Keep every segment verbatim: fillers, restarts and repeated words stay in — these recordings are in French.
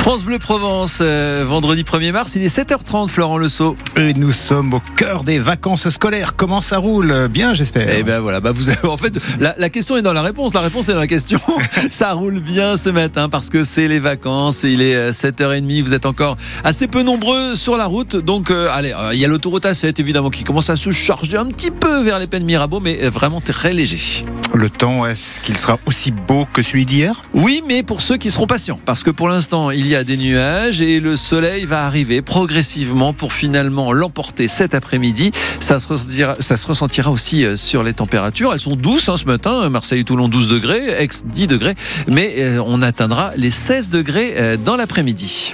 France Bleu Provence, euh, vendredi premier mars, il est sept heures trente, Florent Lesault. Et nous sommes au cœur des vacances scolaires. Comment ça roule? Bien, j'espère. Eh ben voilà, bah vous avez, en fait, la, la question est dans la réponse. La réponse est dans la question. Ça roule bien ce matin parce que c'est les vacances. Il est sept heures trente. Vous êtes encore assez peu nombreux sur la route. Donc, euh, allez, euh, il y a l'autoroute A sept évidemment qui commence à se charger un petit peu vers les Pennes Mirabeau, mais vraiment très léger. Le temps, est-ce qu'il sera aussi beau que celui d'hier? Oui, mais pour ceux qui seront patients, parce que pour l'instant, il y a des nuages et le soleil va arriver progressivement pour finalement l'emporter cet après-midi. Ça se ressentira, ça se ressentira aussi sur les températures. Elles sont douces hein, ce matin. Marseille-Toulon douze degrés, Aix dix degrés, mais euh, on atteindra les seize degrés euh, dans l'après-midi.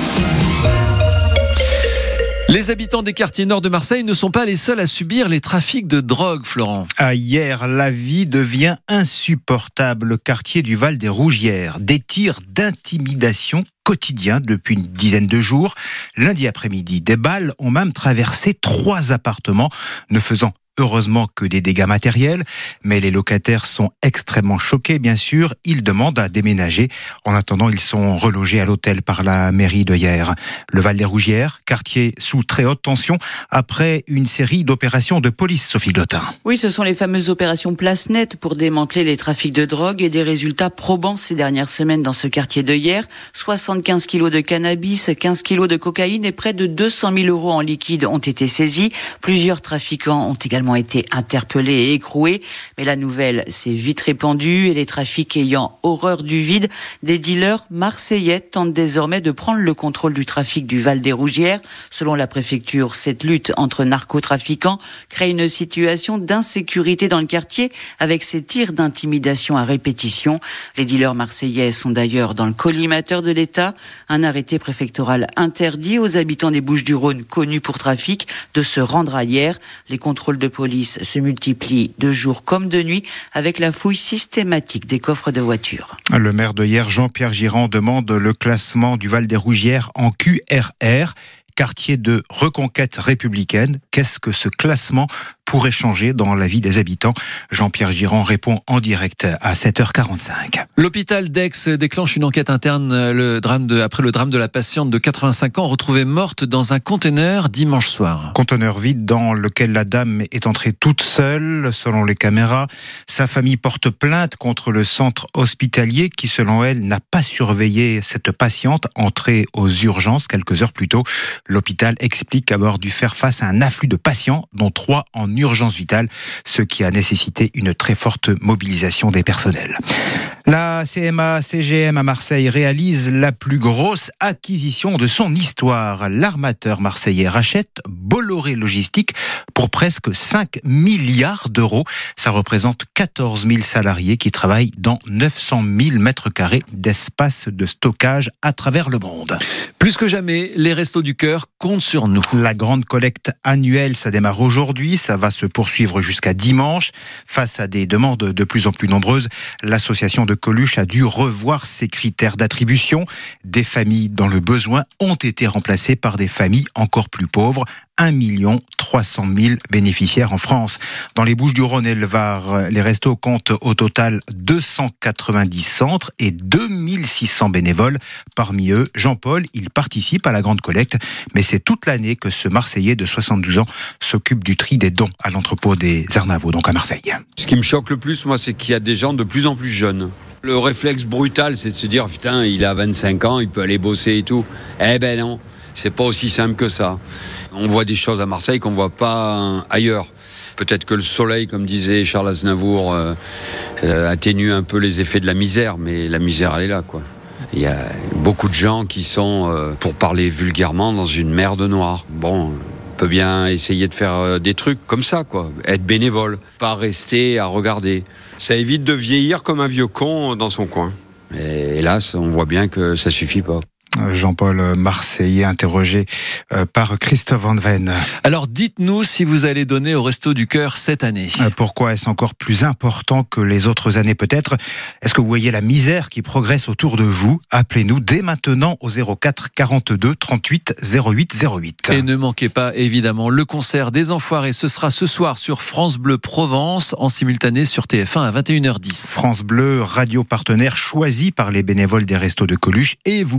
Les habitants des quartiers nord de Marseille ne sont pas les seuls à subir les trafics de drogue, Florent. À hier, la vie devient insupportable. Le quartier du Val des Rougières, des tirs d'intimidation quotidiens depuis une dizaine de jours. Lundi après-midi, des balles ont même traversé trois appartements, ne faisant heureusement que des dégâts matériels, mais les locataires sont extrêmement choqués, bien sûr. Ils demandent à déménager. En attendant, ils sont relogés à l'hôtel par la mairie de hier. Le Val des Rougières, quartier sous très haute tension, après une série d'opérations de police, Sophie Glotin. Oui, ce sont les fameuses opérations Place Nette pour démanteler les trafics de drogue et des résultats probants ces dernières semaines dans ce quartier de hier. soixante-quinze kilos de cannabis, quinze kilos de cocaïne et près de deux cent mille euros en liquide ont été saisis. Plusieurs trafiquants ont également été interpellés et écroués. Mais la nouvelle s'est vite répandue et les trafics ayant horreur du vide, des dealers marseillais tentent désormais de prendre le contrôle du trafic du Val des Rougières. Selon la préfecture, cette lutte entre narcotrafiquants crée une situation d'insécurité dans le quartier avec ces tirs d'intimidation à répétition. Les dealers marseillais sont d'ailleurs dans le collimateur de l'État. Un arrêté préfectoral interdit aux habitants des Bouches-du-Rhône connus pour trafic de se rendre ailleurs. Les contrôles de police se multiplient de jour comme de nuit avec la fouille systématique des coffres de voitures. Le maire de hier, Jean-Pierre Girand, demande le classement du Val des Rougières en Q R R, quartier de reconquête républicaine. Qu'est-ce que ce classement pourrait changer dans la vie des habitants? Jean-Pierre Girand répond en direct à sept heures quarante-cinq. L'hôpital d'Aix déclenche une enquête interne le drame de, après le drame de la patiente de quatre-vingt-cinq ans retrouvée morte dans un conteneur dimanche soir. Conteneur vide dans lequel la dame est entrée toute seule, selon les caméras. Sa famille porte plainte contre le centre hospitalier qui, selon elle, n'a pas surveillé cette patiente entrée aux urgences quelques heures plus tôt. L'hôpital explique avoir dû faire face à un afflux de patients, dont trois en urgence vitale, ce qui a nécessité une très forte mobilisation des personnels. La C M A C G M à Marseille réalise la plus grosse acquisition de son histoire. L'armateur marseillais rachète Bolloré Logistique pour presque cinq milliards d'euros. Ça représente quatorze mille salariés qui travaillent dans neuf cent mille mètres carrés d'espace de stockage à travers le monde. Plus que jamais, les Restos du Cœur comptent sur nous. La grande collecte annuelle, ça démarre aujourd'hui, ça va se poursuivre jusqu'à dimanche. Face à des demandes de plus en plus nombreuses, l'association de Coluche a dû revoir ses critères d'attribution. Des familles dans le besoin ont été remplacées par des familles encore plus pauvres. un million trois cent mille bénéficiaires en France. Dans les Bouches-du-Rhône et le Var, les restos comptent au total deux cent quatre-vingt-dix centres et deux mille six cents bénévoles. Parmi eux, Jean-Paul, il participe à la grande collecte, mais c'est toute l'année que ce Marseillais de soixante-douze ans s'occupe du tri des dons à l'entrepôt des Arnavaux, donc à Marseille. Ce qui me choque le plus, moi, c'est qu'il y a des gens de plus en plus jeunes. Le réflexe brutal, c'est de se dire, putain, il a vingt-cinq ans, il peut aller bosser et tout. Eh ben non, c'est pas aussi simple que ça. On voit des choses à Marseille qu'on ne voit pas ailleurs. Peut-être que le soleil, comme disait Charles Aznavour, euh, euh, atténue un peu les effets de la misère, mais la misère, elle est là, quoi. Il y a beaucoup de gens qui sont, euh, pour parler vulgairement, dans une merde noire. Bon, on peut bien essayer de faire euh, des trucs comme ça, quoi. Être bénévole, pas rester à regarder. Ça évite de vieillir comme un vieux con dans son coin. Et hélas, on voit bien que ça suffit pas. Jean-Paul Marseillais, interrogé par Christophe Van Ven. Alors dites-nous si vous allez donner au Resto du Cœur cette année. Pourquoi est-ce encore plus important que les autres années peut-être? Est-ce que vous voyez la misère qui progresse autour de vous? Appelez-nous dès maintenant au zéro quatre quarante-deux trente-huit zéro huit zéro huit. Et ne manquez pas évidemment le concert des Enfoirés. Ce sera ce soir sur France Bleu Provence, en simultané sur T F un à vingt et une heures dix. France Bleu, radio partenaire choisi par les bénévoles des Restos de Coluche, et vous pourrez acheter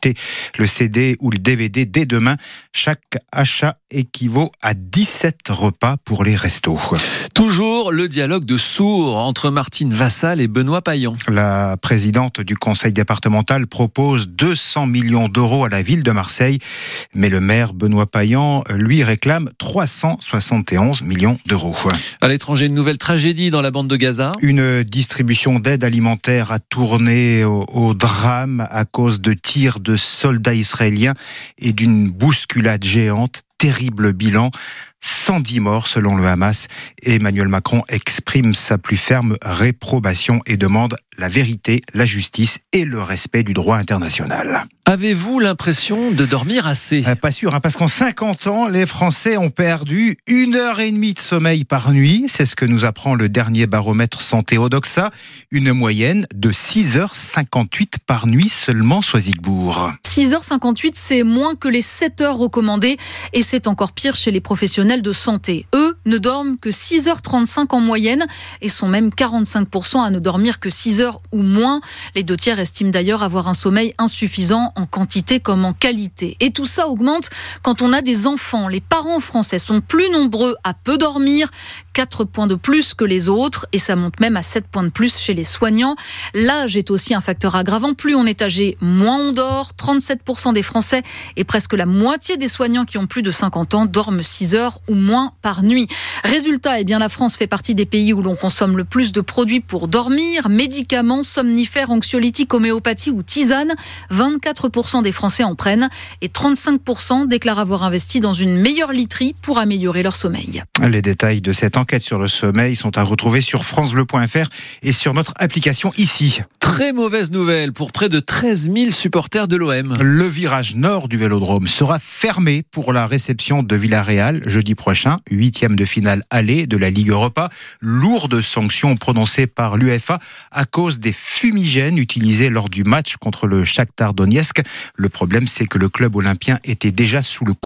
acheter le C D ou le D V D dès demain. Chaque achat équivaut à dix-sept repas pour les restos. Toujours le dialogue de sourds entre Martine Vassal et Benoît Payan. La présidente du conseil départemental propose deux cents millions d'euros à la ville de Marseille, mais le maire Benoît Payan, lui, réclame trois cent soixante et onze millions d'euros. À l'étranger, une nouvelle tragédie dans la bande de Gaza. Une distribution d'aide alimentaire a tourné au, au drame à cause de tirs de soldats israéliens et d'une bousculade géante. Terrible bilan. cent dix morts selon le Hamas. Emmanuel Macron exprime sa plus ferme réprobation et demande la vérité, la justice et le respect du droit international. Avez-vous l'impression de dormir assez ? euh, Pas sûr, hein, parce qu'en cinquante ans, les Français ont perdu une heure et demie de sommeil par nuit. C'est ce que nous apprend le dernier baromètre santé Odoxa. Une moyenne de six heures cinquante-huit par nuit seulement, Soisigbourg. six heures cinquante-huit, c'est moins que les sept heures recommandées. Et c'est encore pire chez les professionnels de santé. Eux ne dorment que six heures trente-cinq en moyenne et sont même quarante-cinq pour cent à ne dormir que six heures ou moins. Les deux tiers estiment d'ailleurs avoir un sommeil insuffisant en quantité comme en qualité. Et tout ça augmente quand on a des enfants. Les parents français sont plus nombreux à peu dormir, quatre points de plus que les autres, et ça monte même à sept points de plus chez les soignants. L'âge est aussi un facteur aggravant. Plus on est âgé, moins on dort. trente-sept pour cent des Français et presque la moitié des soignants qui ont plus de cinquante ans dorment six heures ou moins par nuit. Résultat, eh bien, la France fait partie des pays où l'on consomme le plus de produits pour dormir, médicaments, somnifères, anxiolytiques, homéopathie ou tisanes. vingt-quatre pour cent des Français en prennent et trente-cinq pour cent déclarent avoir investi dans une meilleure literie pour améliorer leur sommeil. Les détails de cette enquête sur le sommeil sont à retrouver sur francebleu point f r et sur notre application ici. Très mauvaise nouvelle pour près de treize mille supporters de l'O M. Le virage nord du Vélodrome sera fermé pour la réception de Villarreal jeudi prochain, huitième de finale aller de la Ligue Europa. Lourde sanction prononcée par l'U E F A à cause des fumigènes utilisés lors du match contre le Shakhtar Donetsk. Le problème, c'est que le club olympien était déjà sous le